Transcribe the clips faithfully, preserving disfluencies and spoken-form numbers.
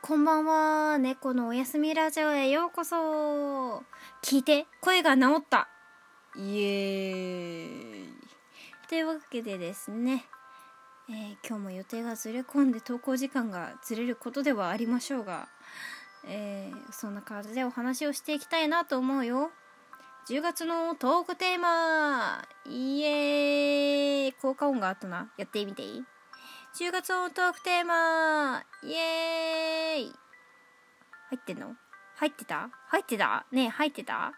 こんばんは。猫のおやすみラジオへようこそ。聞いて、声が治った。イエーイ。というわけでですね、えー、今日も予定がずれ込んで投稿時間がずれることではありましょうが、えー、そんな感じでお話をしていきたいなと思うよ。じゅうがつのトークテーマ、イエーイ。効果音があったな。やってみていい？じゅうがつのトークテーマ、イエーイ。入ってんの？入ってた？入ってた？ねえ、入ってた？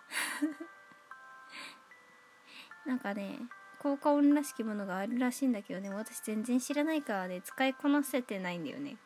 なんかね、効果音らしきものがあるらしいんだけどね、私全然知らないからね、使いこなせてないんだよね。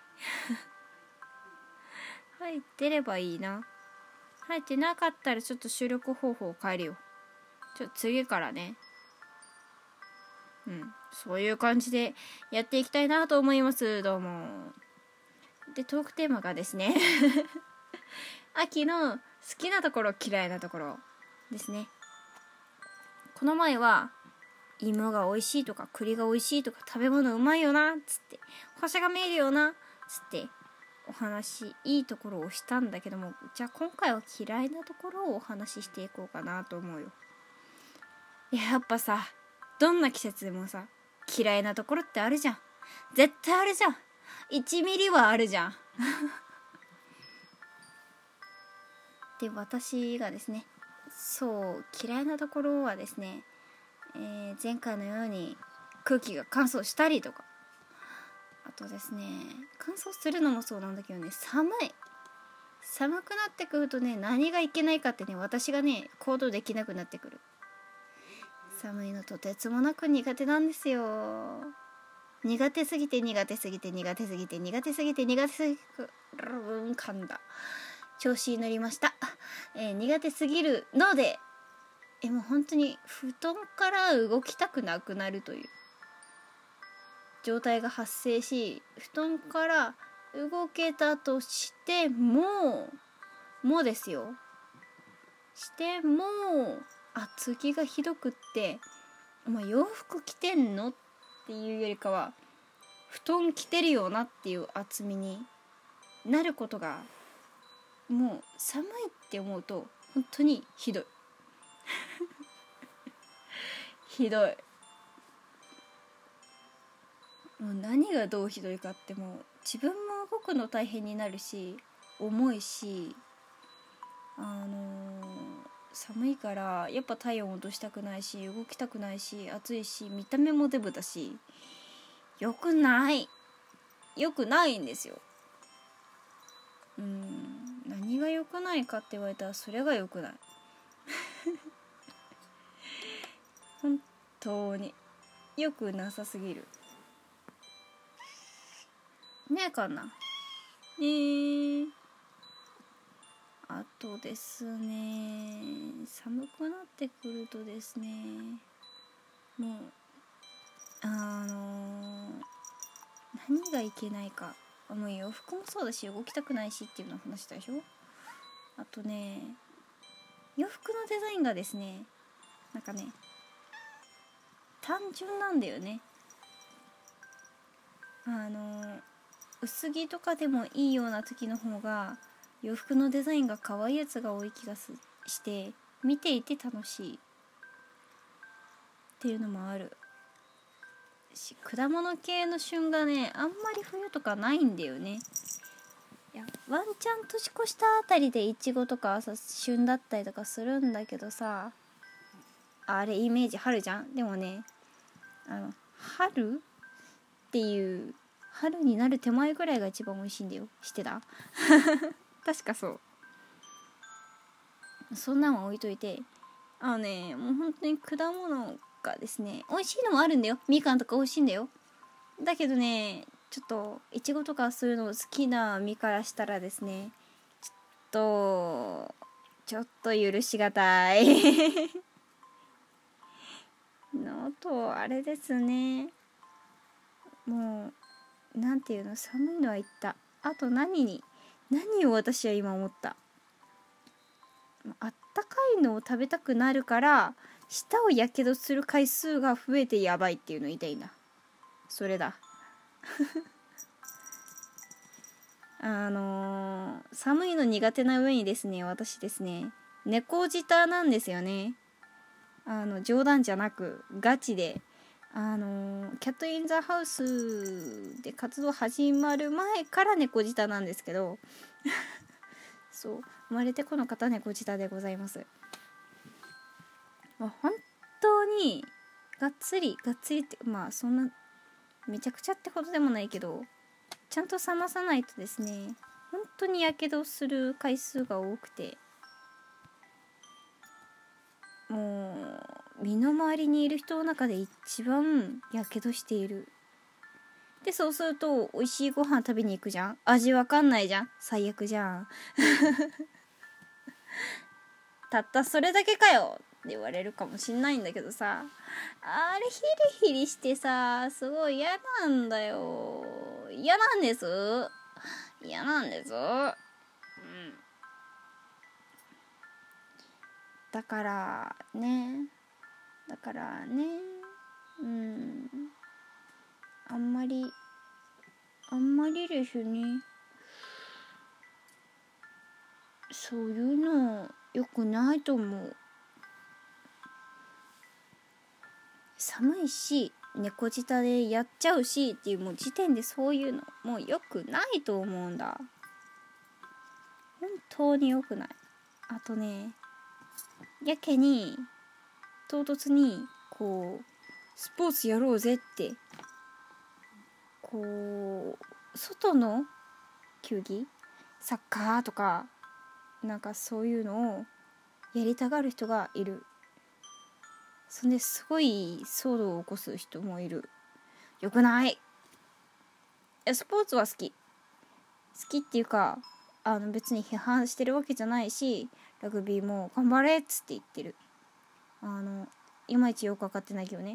入ってればいいな。入ってなかったらちょっと収録方法を変えるよ。ちょっと次からね。うん、そういう感じでやっていきたいなと思います。どうも。で、トークテーマがですね秋の好きなところ嫌いなところですね。この前は芋が美味しいとか栗が美味しいとか食べ物うまいよなっつって星が見えるよなっつってお話いいところをしたんだけども、じゃあ今回は嫌いなところをお話ししていこうかなと思うよ。いや、やっぱさ、どんな季節でもさ嫌いなところってあるじゃん。絶対あるじゃん。いちミリはあるじゃんで、私がですね、そう嫌いなところはですね、えー、前回のように空気が乾燥したりとか、あとですね、乾燥するのもそうなんだけどね、寒い寒くなってくるとね、何がいけないかってね、私がね行動できなくなってくる。寒いのとてつもなく苦手なんですよ。苦手すぎて苦手すぎて苦手すぎて苦手すぎて苦手すぎてうん噛んだ。調子に乗りました、えー、苦手すぎるので、えもう本当に布団から動きたくなくなるという状態が発生し、布団から動けたとしてももうですよしても厚着がひどくって、お前洋服着てんのっていうよりかは布団着てるよなっていう厚みになることが、もう寒いって思うと本当にひどいひどい。もう何がどうひどいかって、もう自分も動くの大変になるし重いし、あのー、寒いからやっぱ体温落としたくないし動きたくないし暑いし見た目もデブだし、よくないよくないんですよ。うーん何が良くないかって言われたらそれが良くない本当に良くなさすぎるねえかなねえ。あとですね、寒くなってくるとですね、もうあのー、何がいけないか、もう洋服もそうだし動きたくないしっていうのを話したでしょ。あとね、洋服のデザインがですね、なんかね単純なんだよね。あのー、薄着とかでもいいような時の方が洋服のデザインが可愛いやつが多い気がして見ていて楽しいっていうのもあるし、果物系の旬がねあんまり冬とかないんだよね。いやワンチャン年越したあたりでイチゴとかさ旬だったりとかするんだけどさ、あれイメージ春じゃん。でもね、あの春っていう春になる手前ぐらいが一番美味しいんだよ。知ってた？確かそう。そんなの置いといて、あのね、もう本当に果物がですね、美味しいのもあるんだよ。みかんとか美味しいんだよ。だけどね、ちょっといちごとかそういうの好きな身からしたらですね、ちょっとちょっと許しがたいのと、あれですね、もうなんていうの、寒いのは言った。あと何に何を私は今思った、あったかいのを食べたくなるから舌をやけどする回数が増えてやばいっていうのを言いたいんだ。それだあのー、寒いの苦手な上にですね、私ですね、猫舌なんですよね。あの冗談じゃなくガチで、あのー、キャットインザハウスで活動始まる前から猫舌なんですけどそう生まれてこの方猫舌でございます。まあ、本当にがっつりがっつりってまあそんなめちゃくちゃってほどでもないけど、ちゃんと冷まさないとですね、本当にやけどする回数が多くて、もう身の回りにいる人の中で一番やけどしている。でそうすると美味しいご飯食べに行くじゃん、味わかんないじゃん、最悪じゃんたったそれだけかよって言われるかもしんないんだけどさ、あれヒリヒリしてさ、すごい嫌なんだよ。嫌なんです嫌なんです。うん。だからねだからねうんあんまりあんまりですね、そういうの良くないと思う。寒いし猫舌でやっちゃうしっていうもう時点でそういうのもう良くないと思うんだ。本当に良くない。あとね、やけに唐突にこうスポーツやろうぜってこう外の球技サッカーとかなんかそういうのをやりたがる人がいる。そんですごい騒動を起こす人もいる。よくない。スポーツは好き好きっていうか、あの別に批判してるわけじゃないし、ラグビーも頑張れっつって言ってる。あのいまいちよく分かってないけどね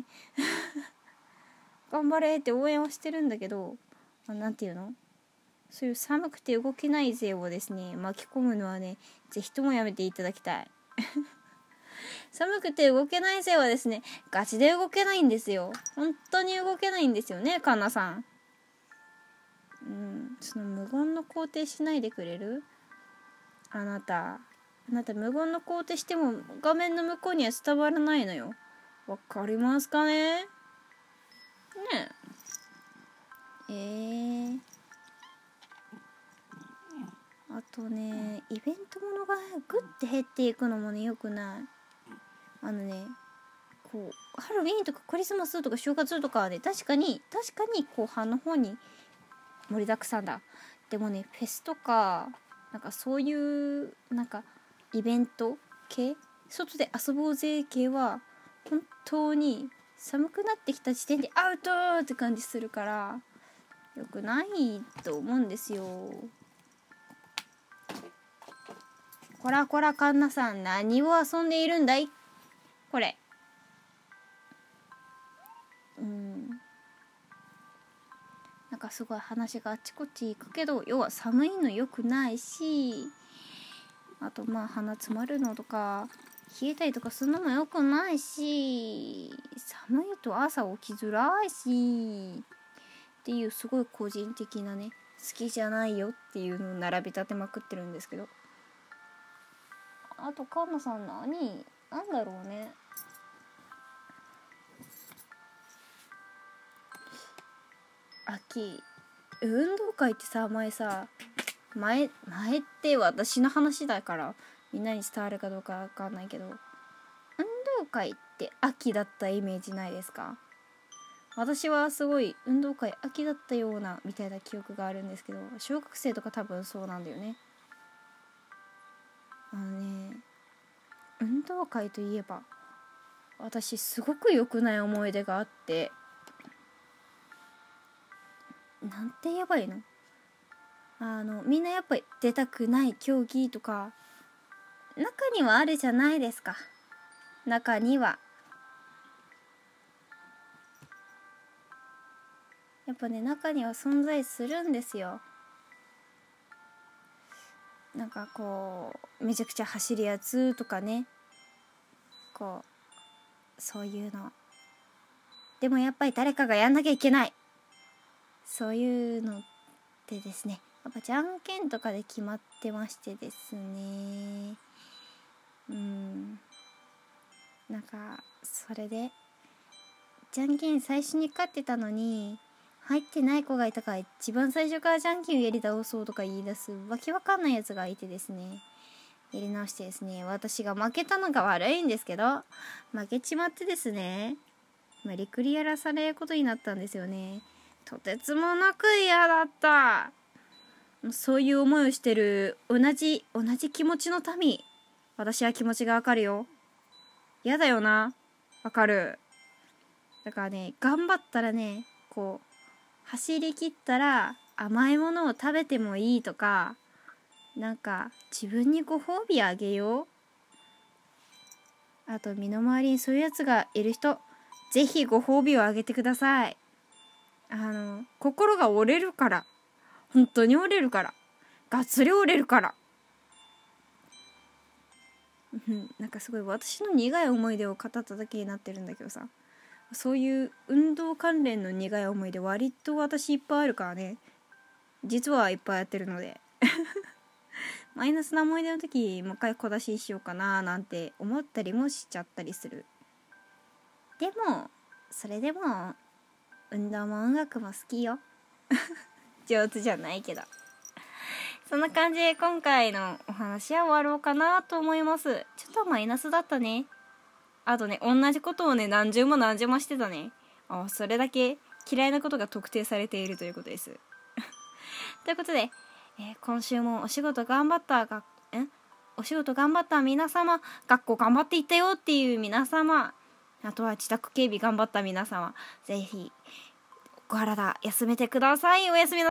頑張れって応援はしてるんだけど、なんていうの、そういう寒くて動けない勢をですね巻き込むのはね、ぜひともやめていただきたい寒くて動けない勢はですねガチで動けないんですよ。本当に動けないんですよね、カンナさん。うん、その無言の肯定しないでくれる？あなたあなた無言の肯定しても画面の向こうには伝わらないのよ。わかりますかね？ねええー、あとね、イベントものがグッて減っていくのもねよくない。あのね、こうハロウィーンとかクリスマスとか正月とかはね、確かに確かに後半の方に盛りだくさんだ。でもね、フェスとかなんかそういうなんかイベント系、外で遊ぼうぜ系は本当に寒くなってきた時点でアウトって感じするから良くないと思うんですよ。こらこらカンナさん、何を遊んでいるんだいこれ。うんなんかすごい話があっちこっち行くけど、要は寒いの良くないし、あとまあ鼻詰まるのとか冷えたりとかするのも良くないし、寒いと朝起きづらいしっていう、すごい個人的なね好きじゃないよっていうのを並び立てまくってるんですけど、あとカンナさん何なんだろうね。秋運動会ってさ、前さ前前って私の話だからみんなに伝わるかどうかわかんないけど、運動会って秋だったイメージないですか？私はすごい運動会秋だったようなみたいな記憶があるんですけど、小学生とか多分そうなんだよね。あのね、運動会といえば私すごく良くない思い出があって、なんて言えばいいの、あのみんなやっぱり出たくない競技とか中にはあるじゃないですか。中にはやっぱね、中には存在するんですよ。なんかこうめちゃくちゃ走るやつとかね、こうそういうのでもやっぱり誰かがやんなきゃいけない、そういうのってですねやっぱじゃんけんとかで決まってましてですね、うんなんかそれでじゃんけん最初に勝ってたのに入ってない子がいたから一番最初からじゃんけんをやり倒そうとか言い出すわけわかんないやつがいてですね、やり直してですね、私が負けたのが悪いんですけど、負けちまってですね、無理くりやらされることになったんですよね。とてつもなく嫌だった。そういう思いをしてる同じ同じ気持ちの民、私は気持ちがわかるよ。嫌だよな、わかる。だからね、頑張ったらね、こう走り切ったら甘いものを食べてもいいとか、なんか自分にご褒美あげよう。あと身の回りにそういうやつがいる人、ぜひご褒美をあげてください。あの心が折れるから、本当に折れるから、がっつり折れるからなんかすごい私の苦い思い出を語っただけになってるんだけどさ、そういう運動関連の苦い思い出割と私いっぱいあるからね、実はいっぱいやってるのでマイナスな思い出の時もう一回小出ししようかななんて思ったりもしちゃったりする。でもそれでも運動も音楽も好きよ上手じゃないけど、そんな感じで今回のお話は終わろうかなと思います。ちょっとマイナスだったね。あとね、同じことをね何十も何十もしてたね。あ、それだけ嫌いなことが特定されているということですということで、えー、今週もお仕事頑張ったがえお仕事頑張った皆様、学校頑張っていったよっていう皆様、あとは自宅警備頑張った皆様、ぜひお体休めてください。おやすみなさい。